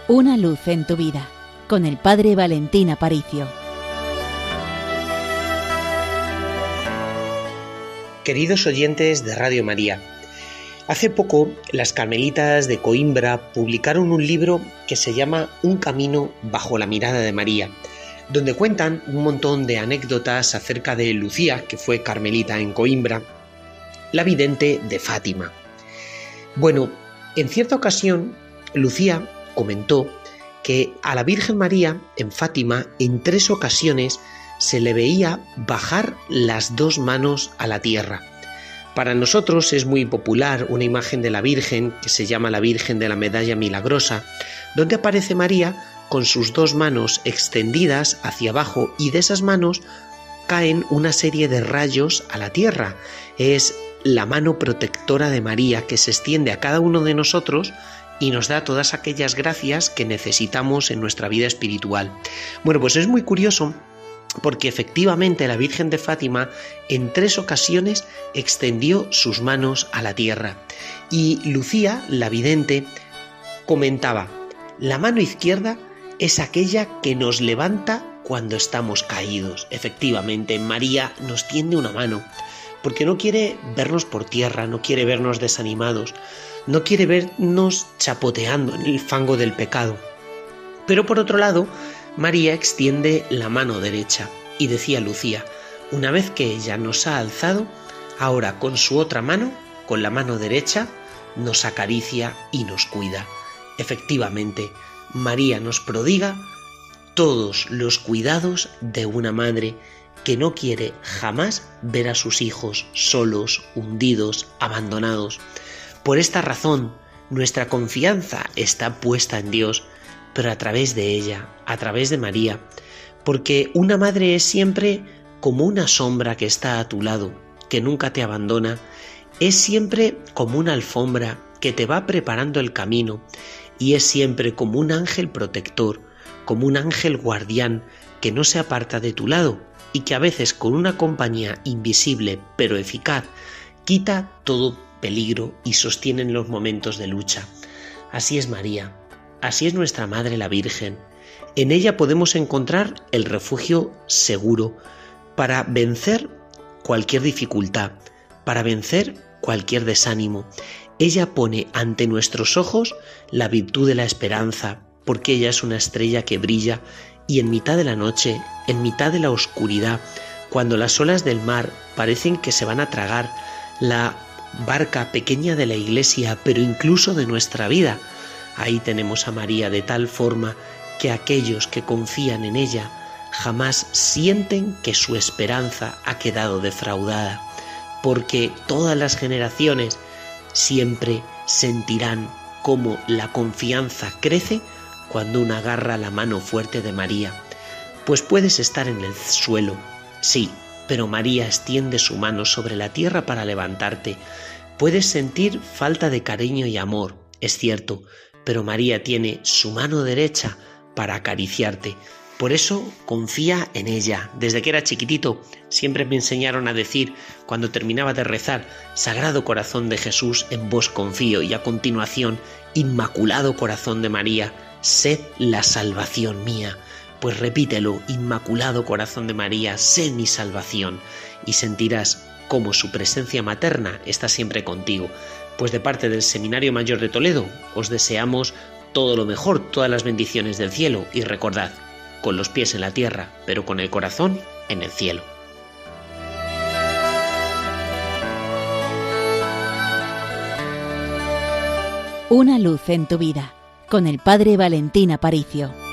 Una luz en tu vida, con el Padre Valentín Aparicio. Queridos oyentes de Radio María, hace poco las Carmelitas de Coimbra publicaron un libro que se llama Un camino bajo la mirada de María, donde cuentan un montón de anécdotas acerca de Lucía, que fue carmelita en Coimbra, la vidente de Fátima. Bueno, en cierta ocasión, Lucía comentó que a la Virgen María en Fátima en 3 ocasiones se le veía bajar las 2 manos a la tierra. Para nosotros es muy popular una imagen de la Virgen que se llama la Virgen de la Medalla Milagrosa, donde aparece María con sus 2 manos extendidas hacia abajo y de esas manos caen una serie de rayos a la tierra. Es la mano protectora de María que se extiende a cada uno de nosotros y nos da todas aquellas gracias que necesitamos en nuestra vida espiritual. Bueno, pues es muy curioso porque efectivamente la Virgen de Fátima en 3 ocasiones extendió sus manos a la tierra. Y Lucía, la vidente, comentaba: la mano izquierda es aquella que nos levanta cuando estamos caídos. Efectivamente, María nos tiende una mano, porque no quiere vernos por tierra, no quiere vernos desanimados, no quiere vernos chapoteando en el fango del pecado. Pero por otro lado, María extiende la mano derecha y decía Lucía: una vez que ella nos ha alzado, ahora con su otra mano, con la mano derecha, nos acaricia y nos cuida. Efectivamente, María nos prodiga todos los cuidados de una madre que no quiere jamás ver a sus hijos solos, hundidos, abandonados. Por esta razón, nuestra confianza está puesta en Dios, pero a través de ella, a través de María, porque una madre es siempre como una sombra que está a tu lado, que nunca te abandona, es siempre como una alfombra que te va preparando el camino y es siempre como un ángel protector, como un ángel guardián que no se aparta de tu lado y que a veces con una compañía invisible pero eficaz quita todo peligro y sostiene en los momentos de lucha. Así es María, así es nuestra Madre la Virgen. En ella podemos encontrar el refugio seguro para vencer cualquier dificultad, para vencer cualquier desánimo. Ella pone ante nuestros ojos la virtud de la esperanza, porque ella es una estrella que brilla y en mitad de la noche, en mitad de la oscuridad, cuando las olas del mar parecen que se van a tragar la barca pequeña de la Iglesia, pero incluso de nuestra vida, ahí tenemos a María de tal forma que aquellos que confían en ella jamás sienten que su esperanza ha quedado defraudada, porque todas las generaciones siempre sentirán cómo la confianza crece cuando uno agarra la mano fuerte de María. Pues puedes estar en el suelo, sí, pero María extiende su mano sobre la tierra para levantarte. Puedes sentir falta de cariño y amor, es cierto, pero María tiene su mano derecha para acariciarte. Por eso confía en ella. Desde que era chiquitito siempre me enseñaron a decir, cuando terminaba de rezar: Sagrado Corazón de Jesús, en vos confío, y a continuación, Inmaculado Corazón de María, sed la salvación mía. Pues repítelo: Inmaculado Corazón de María, sé mi salvación, y sentirás cómo su presencia materna está siempre contigo. Pues de parte del Seminario Mayor de Toledo os deseamos todo lo mejor, todas las bendiciones del cielo, y recordad, con los pies en la tierra, pero con el corazón en el cielo. Una luz en tu vida, con el Padre Valentín Aparicio.